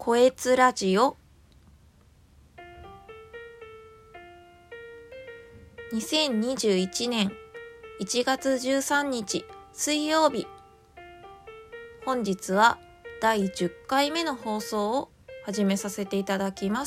こえつラジオ2021年1月13日水曜日、本日は第10回目の放送を始めさせていただきます。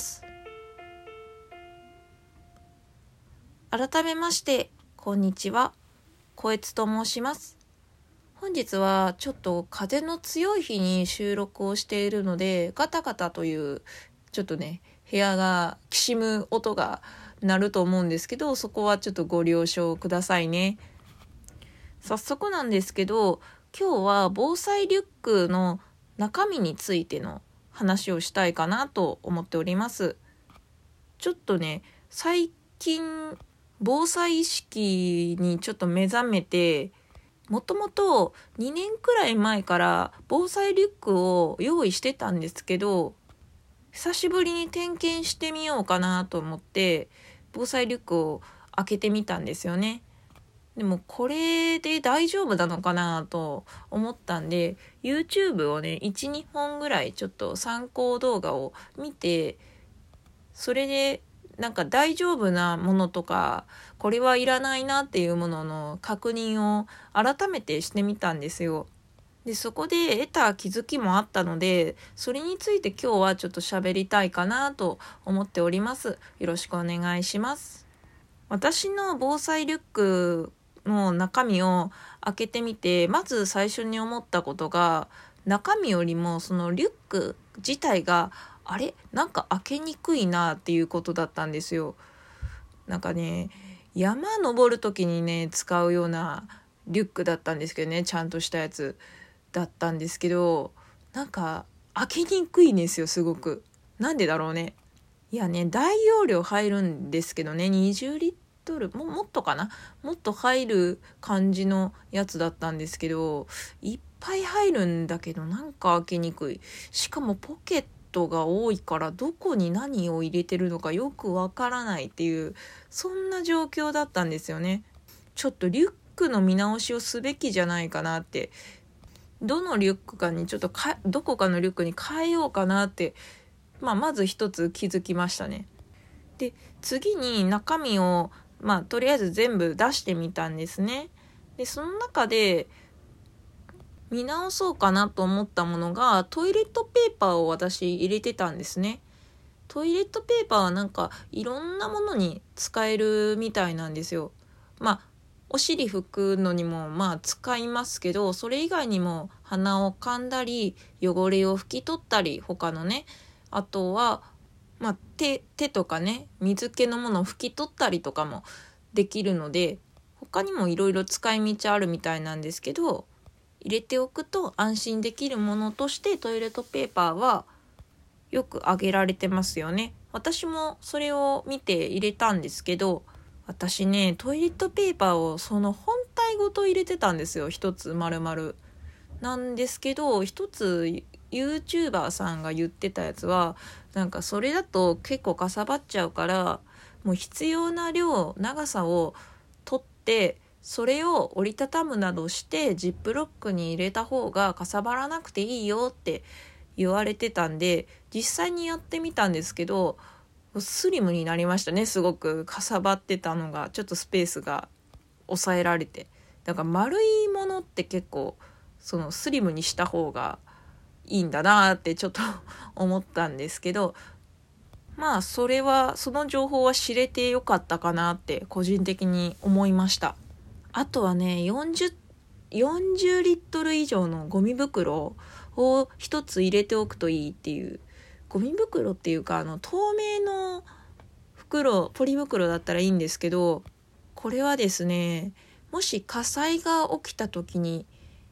改めましてこんにちは、こえつと申します。本日はちょっと風の強い日に収録をしているので、ガタガタというちょっとね、部屋がきしむ音が鳴ると思うんですけど、そこはちょっとご了承くださいね。早速なんですけど、今日は防災リュックの中身についての話をしたいかなと思っております。ちょっとね、最近防災意識にちょっと目覚めて、もともと2年くらい前から防災リュックを用意してたんですけど、久しぶりに点検してみようかなと思って防災リュックを開けてみたんですよね。でもこれで大丈夫なのかなと思ったんで、 YouTube をね 1,2 本ぐらいちょっと参考動画を見て、それでなんか大丈夫なものとか、これはいらないなっていうものの確認を改めてしてみたんですよ。で、そこで得た気づきもあったので、それについて今日はちょっと喋りたいかなと思っております。よろしくお願いします。私の防災リュックの中身を開けてみて、まず最初に思ったことが、中身よりもそのリュック自体がなんか開けにくいなっていうことだったんですよ。なんかね、山登る時にね使うようなリュックだったんですけどね、ちゃんとしたやつだったんですけど、なんか開けにくいんですよ、すごく。なんでだろうね。いやね、大容量入るんですけどね、20リットルもっとかな、もっと入る感じのやつだったんですけど、いっぱい入るんだけどなんか開けにくい。しかもポケットが多いからどこに何を入れてるのかよくわからないっていう、そんな状況だったんですよね。ちょっとリュックの見直しをすべきじゃないかなって、どのリュックかにちょっとどこかのリュックに変えようかなって、まず一つ気づきましたね。で、次に中身をとりあえず全部出してみたんですね。で、その中で見直そうかなと思ったものが、トイレットペーパーを私入れてたんですね。トイレットペーパーはなんかいろんなものに使えるみたいなんですよ。お尻拭くのにも使いますけど、それ以外にも鼻を噛んだり汚れを拭き取ったり、他のね、あとは手とかね、水気のものを拭き取ったりとかもできるので、他にもいろいろ使い道あるみたいなんですけど、入れておくと安心できるものとしてトイレットペーパーはよく挙げられてますよね。私もそれを見て入れたんですけど、私ね、トイレットペーパーをその本体ごと入れてたんですよ。一つ丸々なんですけど、一つ YouTuber さんが言ってたやつは、なんかそれだと結構かさばっちゃうから、もう必要な量、長さを取ってそれを折りたたむなどしてジップロックに入れた方がかさばらなくていいよって言われてたんで、実際にやってみたんですけど、スリムになりましたね。すごくかさばってたのがちょっとスペースが抑えられて、だから丸いものって結構そのスリムにした方がいいんだなってちょっと思ったんですけど、その情報は知れてよかったかなって個人的に思いました。あとはね、40リットル以上のゴミ袋を一つ入れておくといいっていう、ゴミ袋っていうか透明の袋、ポリ袋だったらいいんですけど、これはですね、もし火災が起きた時に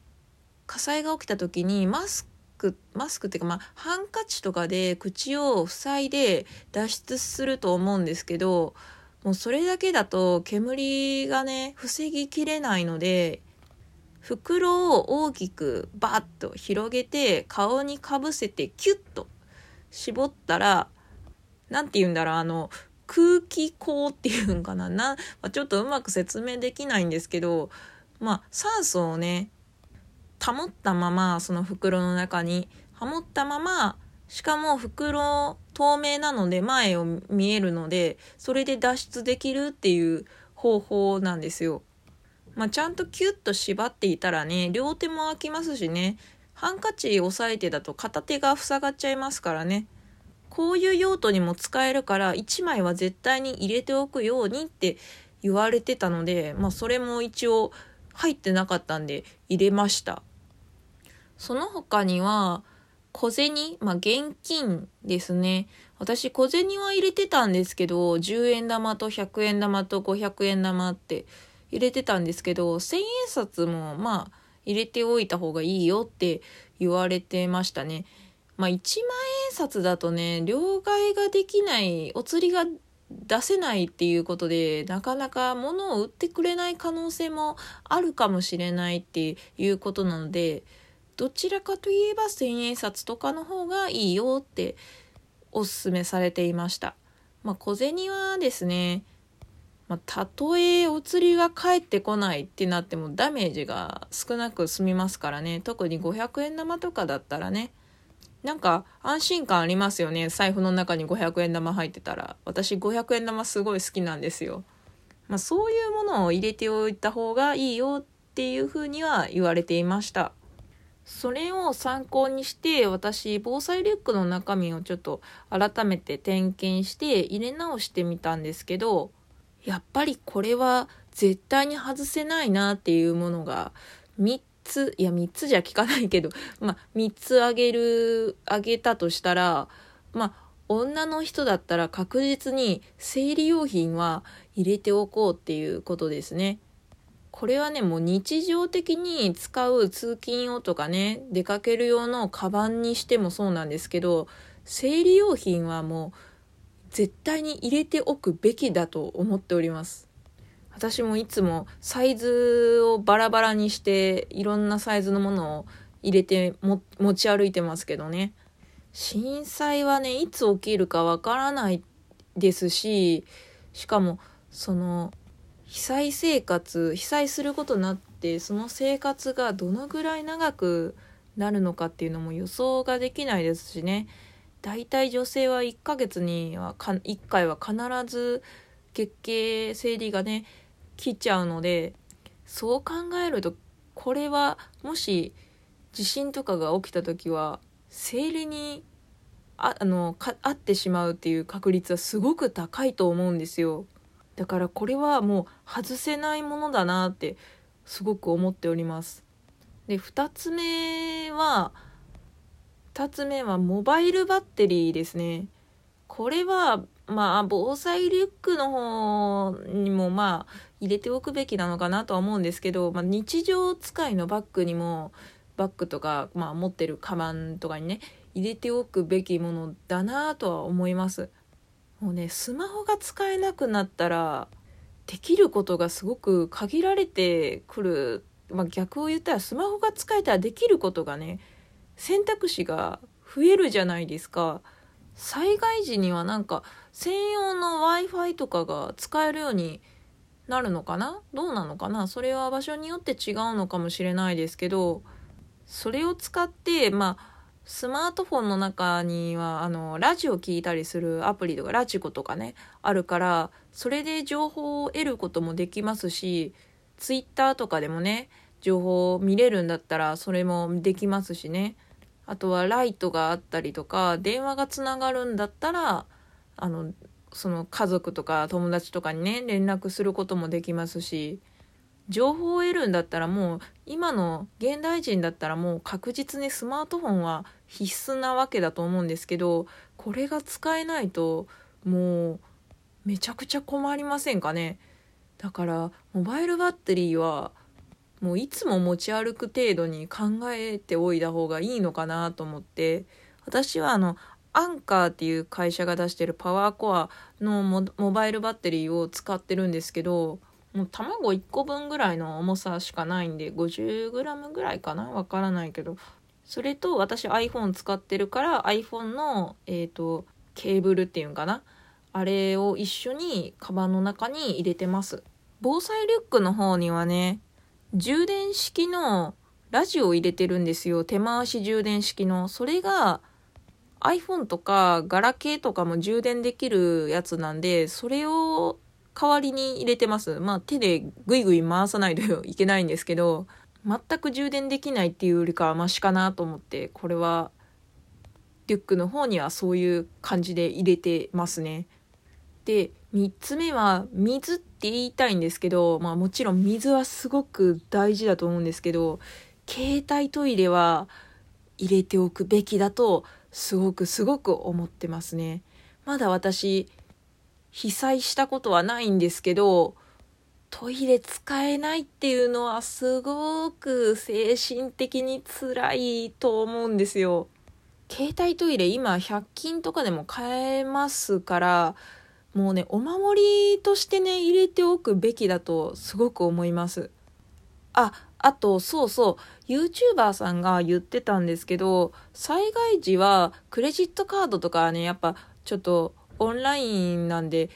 マスクっていうかハンカチとかで口を塞いで脱出すると思うんですけど、もうそれだけだと煙がね防ぎきれないので、袋を大きくバッと広げて顔にかぶせてキュッと絞ったら、なんて言うんだろう、空気口っていうんかな、ちょっとうまく説明できないんですけど、酸素をね保ったまま、その袋の中に保ったまましかも袋透明なので前を見えるので、それで脱出できるっていう方法なんですよ。ちゃんとキュッと縛っていたらね、両手も空きますしね、ハンカチ押さえてだと片手が塞がっちゃいますからね。こういう用途にも使えるから1枚は絶対に入れておくようにって言われてたので、それも一応入ってなかったんで入れました。その他には小銭、現金ですね。私小銭は入れてたんですけど、10円玉と100円玉と500円玉って入れてたんですけど、1000円札も入れておいた方がいいよって言われてましたね。1万円札だとね、両替ができない、お釣りが出せないっていうことで、なかなか物を売ってくれない可能性もあるかもしれないっていうことなので、どちらかといえば1000円札とかの方がいいよっておすすめされていました。小銭はですね、たとえお釣りが返ってこないってなってもダメージが少なく済みますからね。特に500円玉とかだったらね、なんか安心感ありますよね。財布の中に500円玉入ってたら。私500円玉すごい好きなんですよ。そういうものを入れておいた方がいいよっていうふうには言われていました。それを参考にして私防災リュックの中身をちょっと改めて点検して入れ直してみたんですけど、やっぱりこれは絶対に外せないなっていうものが3つじゃ効かないけど、3つあげたとしたら、女の人だったら確実に生理用品は入れておこうっていうことですね。これはね、もう日常的に使う通勤用とかね、出かける用のカバンにしてもそうなんですけど、生理用品はもう絶対に入れておくべきだと思っております。私もいつもサイズをバラバラにしていろんなサイズのものを入れて持ち歩いてますけどね。震災はね、いつ起きるかわからないですし、しかも被災することになってその生活がどのぐらい長くなるのかっていうのも予想ができないですしね。だいたい女性は1ヶ月には1回は必ず月経生理がね来ちゃうので、そう考えるとこれはもし地震とかが起きた時は生理に合ってしまうっていう確率はすごく高いと思うんですよ。だからこれはもう外せないものだなってすごく思っております。で、2つ目はモバイルバッテリーですね。これは防災リュックの方にも入れておくべきなのかなとは思うんですけど、日常使いのバッグとか、持ってるカバンとかにね入れておくべきものだなとは思います。もうね、スマホが使えなくなったらできることがすごく限られてくる。逆を言ったらスマホが使えたらできることがね、選択肢が増えるじゃないですか。災害時には専用の Wi-Fi とかが使えるようになるのかな？どうなのかな？それは場所によって違うのかもしれないですけど、それを使ってスマートフォンの中にはラジオ聞いたりするアプリとかラジコとかねあるから、それで情報を得ることもできますし、ツイッターとかでもね情報を見れるんだったらそれもできますしね。あとはライトがあったりとか電話がつながるんだったらその家族とか友達とかにね連絡することもできますし、情報を得るんだったらもう今の現代人だったらもう確実にスマートフォンは必須なわけだと思うんですけど、これが使えないともうめちゃくちゃ困りませんかね。だからモバイルバッテリーはもういつも持ち歩く程度に考えておいた方がいいのかなと思って、私はアンカーっていう会社が出してるパワーコアのモバイルバッテリーを使ってるんですけど、もう卵1個分ぐらいの重さしかないんで 50g ぐらいかな、わからないけど、それと私 iPhone 使ってるから iPhone のケーブルっていうんかな、あれを一緒にカバンの中に入れてます。防災リュックの方にはね、充電式のラジオを入れてるんですよ。手回し充電式の。それが iPhone とかガラケーとかも充電できるやつなんで、それを代わりに入れてます。手でグイグイ回さないといけないんですけど、全く充電できないっていうよりかはマシかなと思って、これはリュックの方にはそういう感じで入れてますね。で、3つ目は水って言いたいんですけど、もちろん水はすごく大事だと思うんですけど、携帯トイレは入れておくべきだとすごく思ってますね。まだ私被災したことはないんですけど、トイレ使えないっていうのはすごく精神的に辛いと思うんですよ。携帯トイレ今100均とかでも買えますから、もうね、お守りとしてね、入れておくべきだとすごく思います。あと、YouTuber さんが言ってたんですけど、災害時はクレジットカードとかはね、やっぱちょっとオンライン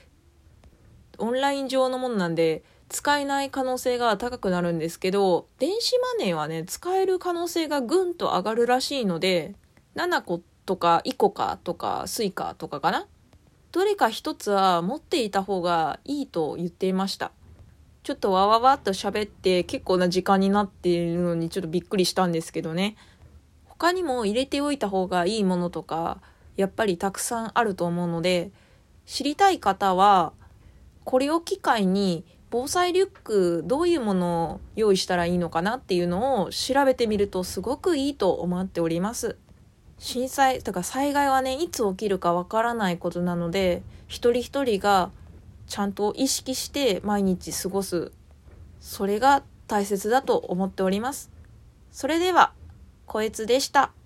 上のものなんで、使えない可能性が高くなるんですけど、電子マネーはね、使える可能性がぐんと上がるらしいので、7個とかイコカとかスイカとかかな、どれか一つは持っていた方がいいと言っていました。ちょっとわわわっと喋って結構な時間になっているのにちょっとびっくりしたんですけどね。他にも入れておいた方がいいものとかやっぱりたくさんあると思うので、知りたい方はこれを機会に防災リュックどういうものを用意したらいいのかなっていうのを調べてみるとすごくいいと思っております。震災とか災害はね、いつ起きるかわからないことなので、一人一人がちゃんと意識して毎日過ごす、それが大切だと思っております。それでは、こえつでした。